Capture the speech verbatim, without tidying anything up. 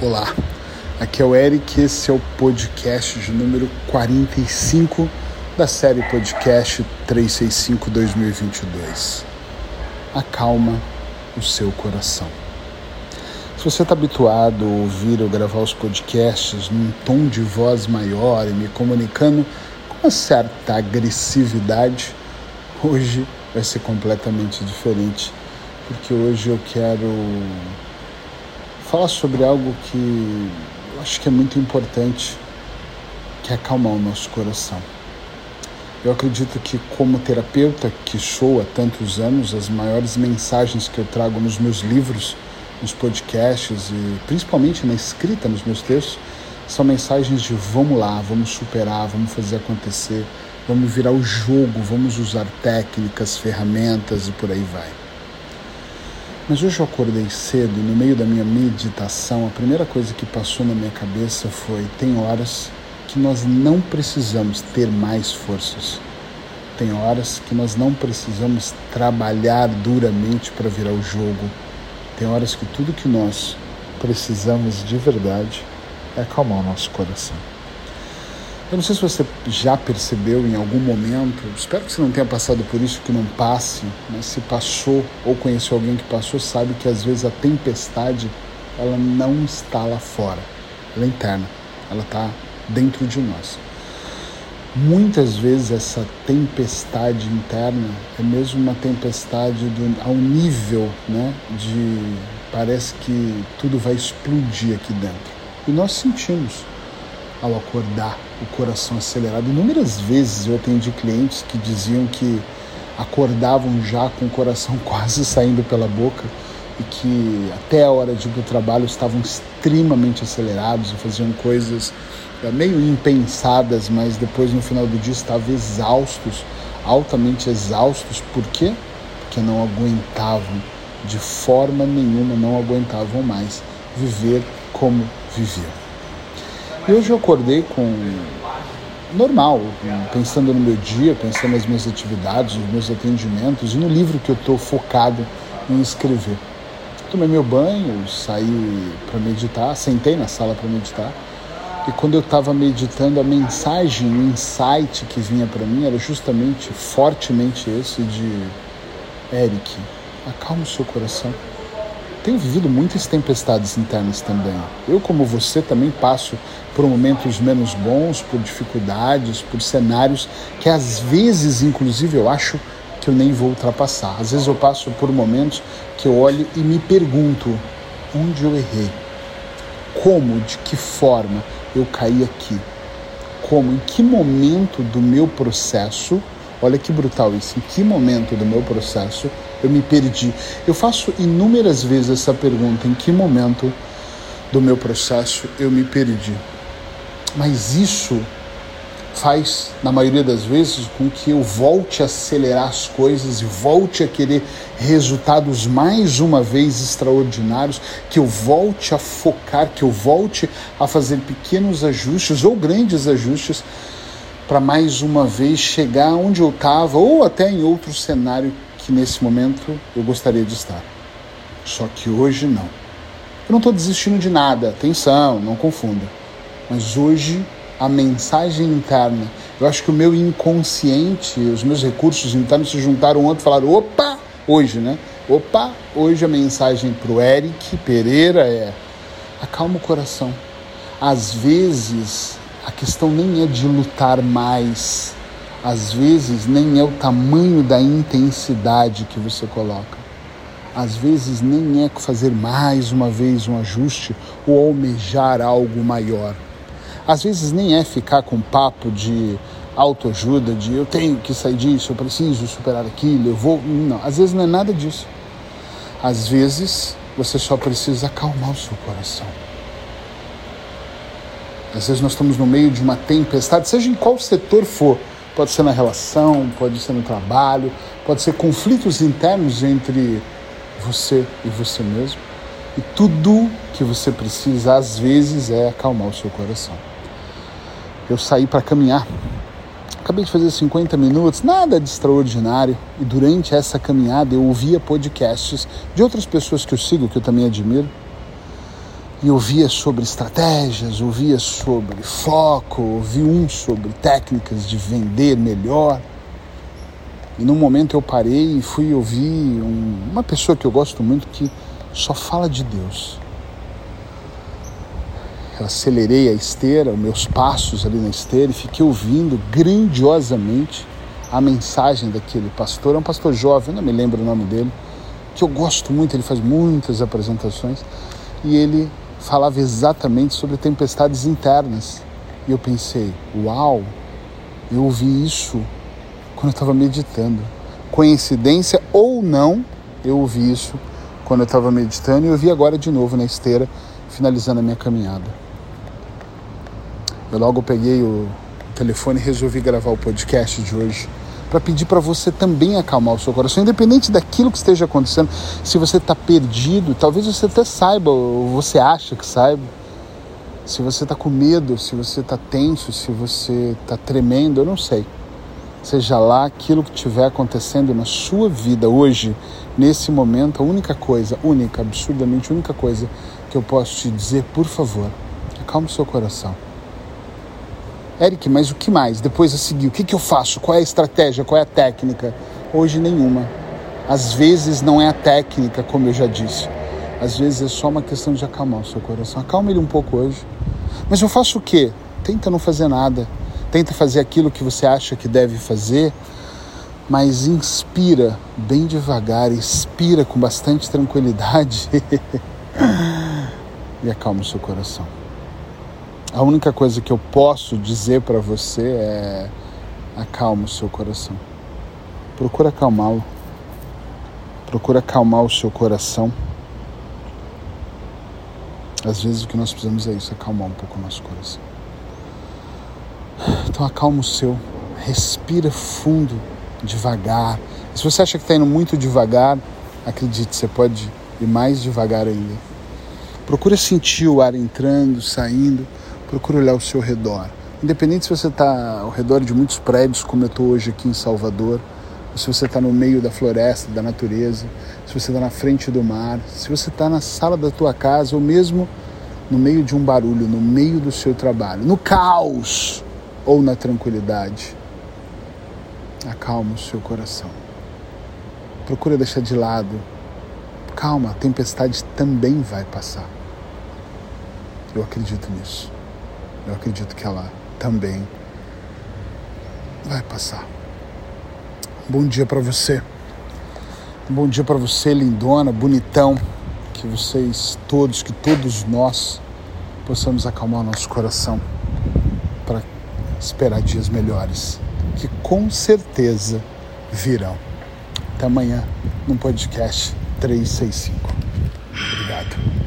Olá, aqui é o Eric, esse é o podcast de número quarenta e cinco da série podcast trezentos e sessenta e cinco dois mil e vinte e dois. Acalma o seu coração. Se você está habituado a ouvir ou gravar os podcasts num tom de voz maior e me comunicando com uma certa agressividade, hoje vai ser completamente diferente, porque hoje eu quero falar sobre algo que eu acho que é muito importante, que é acalmar o nosso coração. Eu acredito que, como terapeuta que sou há tantos anos, as maiores mensagens que eu trago nos meus livros, nos podcasts e principalmente na escrita nos meus textos, são mensagens de vamos lá, vamos superar, vamos fazer acontecer, vamos virar o jogo, vamos usar técnicas, ferramentas e por aí vai. Mas hoje eu acordei cedo e no meio da minha meditação, a primeira coisa que passou na minha cabeça foi: tem horas que nós não precisamos ter mais forças. Tem horas que nós não precisamos trabalhar duramente para virar o jogo. Tem horas que tudo que nós precisamos de verdade é acalmar o nosso coração. Eu não sei se você já percebeu em algum momento, espero que você não tenha passado por isso, que não passe, mas se passou ou conheceu alguém que passou, sabe que às vezes a tempestade, ela não está lá fora, ela é interna, ela está dentro de nós. Muitas vezes essa tempestade interna é mesmo uma tempestade do, ao nível, né, de parece que tudo vai explodir aqui dentro. E nós sentimos ao acordar o coração acelerado. Inúmeras vezes eu atendi clientes que diziam que acordavam já com o coração quase saindo pela boca e que até a hora de ir para o trabalho estavam extremamente acelerados e faziam coisas meio impensadas, mas depois no final do dia estavam exaustos, altamente exaustos. Por quê? Porque não aguentavam, de forma nenhuma não aguentavam mais viver como viviam. E hoje eu acordei com normal, pensando no meu dia, pensando nas minhas atividades, nos meus atendimentos e no livro que eu estou focado em escrever. Tomei meu banho, saí para meditar, sentei na sala para meditar. E quando eu estava meditando, a mensagem, o insight que vinha para mim era justamente, fortemente esse de: Eric, acalma o seu coração. Tenho vivido muitas tempestades internas também. Eu, como você, também passo por momentos menos bons, por dificuldades, por cenários que às vezes, inclusive, eu acho que eu nem vou ultrapassar. Às vezes eu passo por momentos que eu olho e me pergunto: onde eu errei? Como, de que forma eu caí aqui? Como, em que momento do meu processo, olha que brutal isso, em que momento do meu processo eu me perdi? Eu faço inúmeras vezes essa pergunta: em que momento do meu processo eu me perdi? Mas isso faz, na maioria das vezes, com que eu volte a acelerar as coisas e volte a querer resultados mais uma vez extraordinários, que eu volte a focar, que eu volte a fazer pequenos ajustes ou grandes ajustes para mais uma vez chegar onde eu estava ou até em outro cenário que nesse momento eu gostaria de estar. Só que hoje não. Eu não estou desistindo de nada, atenção, não confunda. Mas hoje a mensagem interna, eu acho que o meu inconsciente, os meus recursos internos se juntaram ontem e falaram: opa, hoje, né? Opa, hoje a mensagem para o Eric Pereira é: acalma o coração. Às vezes a questão nem é de lutar mais, às vezes nem é o tamanho da intensidade que você coloca, às vezes nem é fazer mais uma vez um ajuste ou almejar algo maior, às vezes nem é ficar com papo de autoajuda, de eu tenho que sair disso, eu preciso superar aquilo, eu vou... Não, às vezes não é nada disso. Às vezes você só precisa acalmar o seu coração. Às vezes nós estamos no meio de uma tempestade, seja em qual setor for. Pode ser na relação, pode ser no trabalho, pode ser conflitos internos entre você e você mesmo. E tudo que você precisa, às vezes, é acalmar o seu coração. Eu saí para caminhar. Acabei de fazer cinquenta minutos, nada de extraordinário. E durante essa caminhada eu ouvia podcasts de outras pessoas que eu sigo, que eu também admiro. E ouvia sobre estratégias, ouvia sobre foco, ouvi um sobre técnicas de vender melhor. E num momento eu parei e fui ouvir um, uma pessoa que eu gosto muito que só fala de Deus. Eu acelerei a esteira, os meus passos ali na esteira e fiquei ouvindo grandiosamente a mensagem daquele pastor. É um pastor jovem, eu não me lembro o nome dele, que eu gosto muito, ele faz muitas apresentações e ele falava exatamente sobre tempestades internas. E eu pensei, uau, eu ouvi isso quando eu estava meditando. Coincidência ou não, eu ouvi isso quando eu estava meditando e eu ouvi agora de novo na esteira, finalizando a minha caminhada. Eu logo peguei o telefone e resolvi gravar o podcast de hoje para pedir para você também acalmar o seu coração, independente daquilo que esteja acontecendo. Se você está perdido, talvez você até saiba, ou você acha que saiba. Se você está com medo, se você está tenso, se você está tremendo, eu não sei. Seja lá aquilo que estiver acontecendo na sua vida hoje, nesse momento, a única coisa, única, absurdamente única coisa que eu posso te dizer, por favor, acalme o seu coração. Eric, mas o que mais? Depois a seguir, o que, que eu faço? Qual é a estratégia? Qual é a técnica? Hoje nenhuma. Às vezes não é a técnica, como eu já disse. Às vezes é só uma questão de acalmar o seu coração. Acalma ele um pouco hoje. Mas eu faço o quê? Tenta não fazer nada. Tenta fazer aquilo que você acha que deve fazer, mas inspira bem devagar, expira com bastante tranquilidade e acalma o seu coração. A única coisa que eu posso dizer para você é acalma o seu coração. Procura acalmá-lo. Procura acalmar o seu coração. Às vezes o que nós precisamos é isso, acalmar um pouco o nosso coração. Então acalma o seu. Respira fundo, devagar. E se você acha que está indo muito devagar, acredite, você pode ir mais devagar ainda. Procura sentir o ar entrando, saindo. Procura olhar ao seu redor. Independente se você está ao redor de muitos prédios, como eu estou hoje aqui em Salvador, ou se você está no meio da floresta, da natureza, se você está na frente do mar, se você está na sala da tua casa, ou mesmo no meio de um barulho, no meio do seu trabalho, no caos ou na tranquilidade, acalma o seu coração. Procura deixar de lado. Calma, a tempestade também vai passar. Eu acredito nisso. Eu acredito que ela também vai passar. Bom dia para você. Bom dia para você, lindona, bonitão. Que vocês todos, que todos nós possamos acalmar o nosso coração para esperar dias melhores, que com certeza virão. Até amanhã no podcast trezentos e sessenta e cinco. Obrigado.